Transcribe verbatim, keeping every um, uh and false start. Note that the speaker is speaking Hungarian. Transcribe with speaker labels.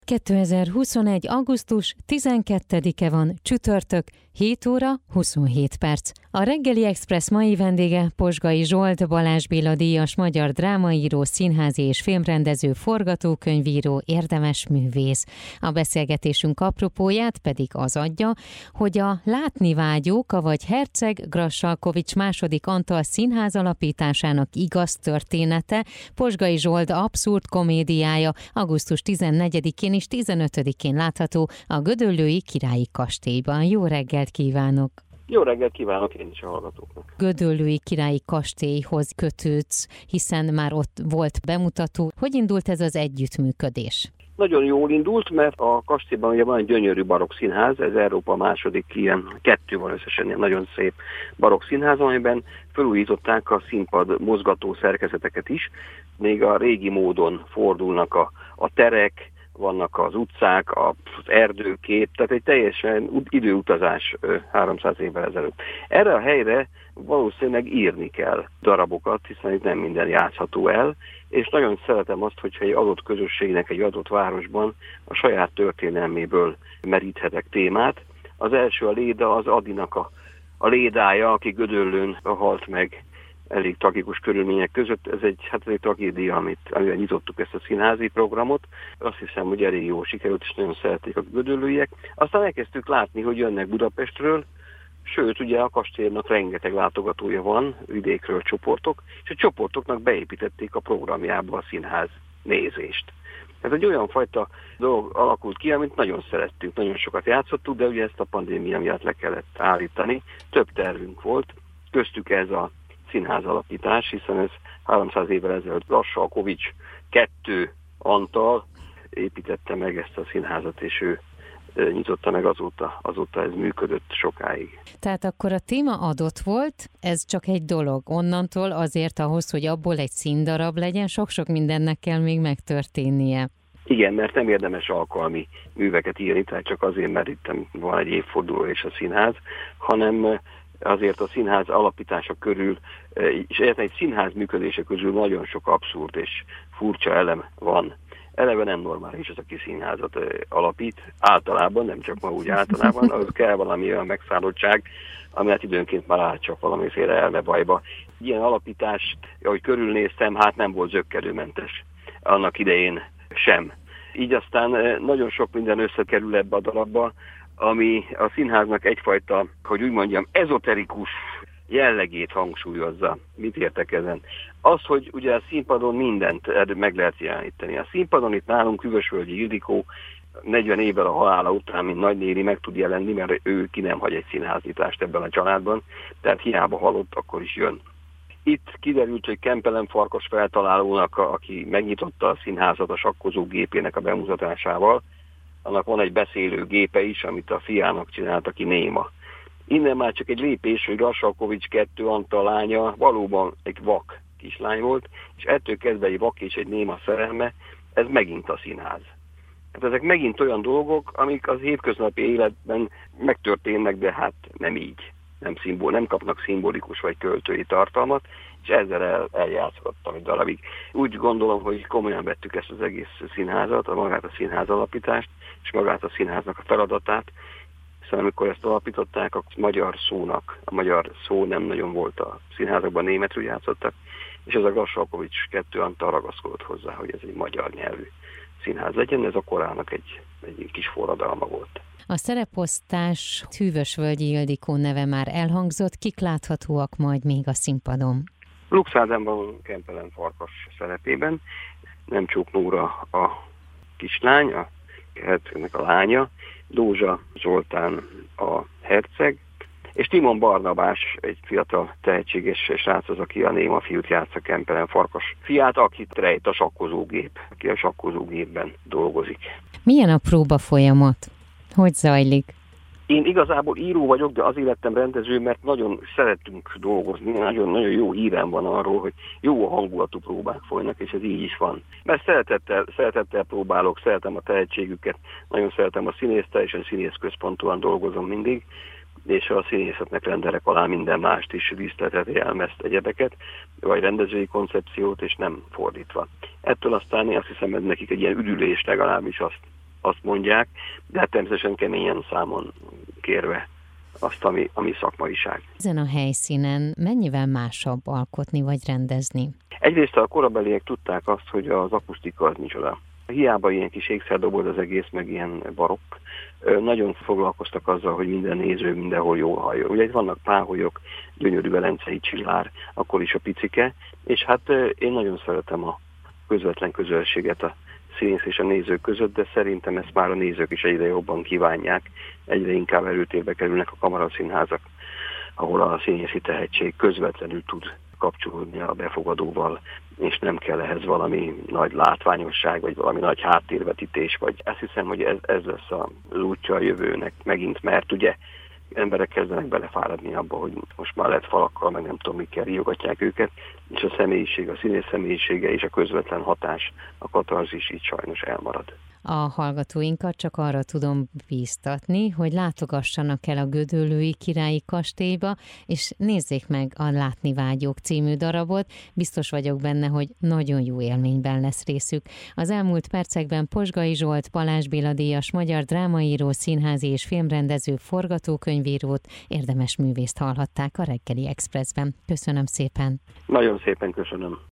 Speaker 1: kétezer-huszonegy. augusztus tizenkettedike van, csütörtök, hét óra huszonhét perc. A Reggeli Express mai vendége Posgai Zsolt, Balázs Béla díjas magyar drámaíró, színházi és filmrendező, forgatókönyvíró, érdemes művész. A beszélgetésünk apropóját pedig az adja, hogy a Látni vágyók, avagy Herceg Grassalkovich második Antal színház alapításának igaz története, Posgai Zsolt abszurd komédiája augusztus tizennegyedikén és tizenötödikén látható a Gödöllői Királyi Kastélyban. Jó reggelt kívánok!
Speaker 2: Jó reggelt kívánok én is a hallgatóknak!
Speaker 1: Gödöllői Királyi Kastélyhoz kötődsz, hiszen már ott volt bemutató. Hogy indult ez az együttműködés?
Speaker 2: Nagyon jól indult, mert a kastélyban ugye van egy gyönyörű barokk színház, ez Európa második ilyen, kettő van összesen, ilyen nagyon szép barokk színház, amiben felújították a színpad mozgató szerkezeteket is, még a régi módon fordulnak a, a terek, vannak az utcák, az erdőkép, tehát egy teljesen időutazás háromszáz évvel ezelőtt. Erre a helyre valószínűleg írni kell darabokat, hiszen itt nem minden játszható el, és nagyon szeretem azt, hogyha egy adott közösségnek egy adott városban a saját történelméből meríthetek témát. Az első a Léda, az Adinak a, a Lédája, aki Gödöllőn halt meg elég tragikus körülmények között. Ez egy, hát ez egy tragédia, amit, amivel nyitottuk ezt a színházi programot. Azt hiszem, hogy elég jól sikerült, és nagyon szerették a gödöllőiek. Aztán elkezdtük látni, hogy jönnek Budapestről, sőt, ugye a kastélynak rengeteg látogatója van, vidékről csoportok, és a csoportoknak beépítették a programjába a színház nézést. Ez egy olyan fajta dolog alakult ki, amit nagyon szerettünk, nagyon sokat játszottuk, de ugye ezt a pandémia miatt le kellett állítani. Több tervünk volt, köztük ez a színház alapítás, hiszen ez háromszáz évvel ezelőtt Grassalkovich kettő Antal építette meg ezt a színházat, és ő nyitotta meg, azóta, azóta ez működött sokáig.
Speaker 1: Tehát akkor a téma adott volt, ez csak egy dolog. Onnantól azért ahhoz, hogy abból egy színdarab legyen, sok-sok mindennek kell még megtörténnie.
Speaker 2: Igen, mert nem érdemes alkalmi műveket írni, tehát csak azért, mert itt van egy évforduló és a színház, hanem azért a színház alapítása körül, és egy színház működése közül nagyon sok abszurd és furcsa elem van. Eleve nem normális az, aki színházat alapít, általában, nem csak ma úgy általában, az kell valami olyan megszállottság, ami hát időnként már átcsap valamiféle elmebajba. Ilyen alapítást, ahogy körülnéztem, hát nem volt zökkenőmentes annak idején sem. Így aztán nagyon sok minden összekerül ebbe a darabba, ami a színháznak egyfajta, hogy úgy mondjam, ezoterikus jellegét hangsúlyozza. Mit értek ezen? Az, hogy ugye a színpadon mindent meg lehet jeleníteni. A színpadon itt nálunk Hűvösvölgyi Ildikó negyven évvel a halála után, mint nagynéni meg tud jelenni, mert ő ki nem hagy egy színházítást ebben a családban, tehát hiába halott, akkor is jön. Itt kiderült, hogy Kempelen Farkas feltalálónak, aki megnyitotta a színházat a sakkozógépének a bemutatásával, annak van egy beszélő gépe is, amit a fiának csinált, aki néma. Innen már csak egy lépés, hogy Grassalkovich kettő Antal lánya valóban egy vak kislány volt, és ettől kezdve egy vak és egy néma szerelme, ez megint a színház. Hát ezek megint olyan dolgok, amik az hétköznapi életben megtörténnek, de hát nem így. Nem, szimbol, nem kapnak szimbolikus vagy költői tartalmat, és ezzel el, eljátszottam egy darabig. Úgy gondolom, hogy komolyan vettük ezt az egész színházat, a magát a színház alapítást, és magát a színháznak a feladatát, hiszen amikor ezt alapították, a magyar szónak, a magyar szó nem nagyon volt a színházakban, németről játszottak, és ez a Grassalkovich kettő Antal ragaszkodott hozzá, hogy ez egy magyar nyelvű színház legyen, ez a korának egy, egy kis forradalma volt.
Speaker 1: A szereposztás Hűvösvölgyi Ildikó neve már elhangzott, kik láthatóak majd még a színpadon?
Speaker 2: Lux Ádámban Kempelen Farkas szerepében, Nemcsók Nóra a kislány, a hercegnek a lánya, Dózsa Zoltán a herceg, és Timon Barnabás, egy fiatal tehetséges srác az, aki a néma fiút játsza, Kempelen Farkas fiát, akit rejt a sakkozógép, aki a sakkozógépben dolgozik.
Speaker 1: Milyen a próba folyamat? Hogy zajlik?
Speaker 2: Én igazából író vagyok, de azért lettem rendező, mert nagyon szeretünk dolgozni, nagyon-nagyon jó hírem van arról, hogy jó a hangulatú próbák folynak, és ez így is van. Mert szeretettel, szeretettel próbálok, szeretem a tehetségüket, nagyon szeretem a színészt, teljesen színészközpontúan dolgozom mindig, és a színészetnek rendelek alá minden mást is, díszletet, jelmezt, egyebeket, vagy rendezői koncepciót, és nem fordítva. Ettől aztán én azt hiszem, hogy nekik egy ilyen üdülés legalábbis azt azt mondják, de hát természetesen keményen számon kérve azt, ami, ami szakmaiság.
Speaker 1: Ezen a helyszínen mennyivel másabb alkotni vagy rendezni?
Speaker 2: Egyrészt a korabeliek tudták azt, hogy az akusztika az micsoda. Hiába ilyen kis ékszerdoboz az egész, meg ilyen barokk, nagyon foglalkoztak azzal, hogy minden néző mindenhol jól halljon. Ugye itt vannak páholyok, gyönyörű velencei csillár, akkor is a picike, és hát én nagyon szeretem a közvetlen közönséget a színész és a nézők között, de szerintem ezt már a nézők is egyre jobban kívánják, egyre inkább előtérbe kerülnek a kamaraszínházak, ahol a színészi tehetség közvetlenül tud kapcsolódni a befogadóval, és nem kell ehhez valami nagy látványosság, vagy valami nagy háttérvetítés, vagy azt hiszem, hogy ez, ez lesz az útja a jövőnek megint, mert ugye emberek kezdenek belefáradni abba, hogy most már lehet falakkal, meg nem tudom mikkel riogatják őket, és a személyiség, a színész személyisége és a közvetlen hatás, a katarzis így sajnos elmarad.
Speaker 1: A hallgatóinkat csak arra tudom bíztatni, hogy látogassanak el a Gödöllői Királyi Kastélyba, és nézzék meg a Látni vágyók című darabot. Biztos vagyok benne, hogy nagyon jó élményben lesz részük. Az elmúlt percekben Posgai Zsolt, Balázs Béla díjas magyar drámaíró, színházi és filmrendező, forgatókönyvírót, érdemes művészt hallhatták a Reggeli Expressben. Köszönöm szépen!
Speaker 2: Nagyon szépen köszönöm!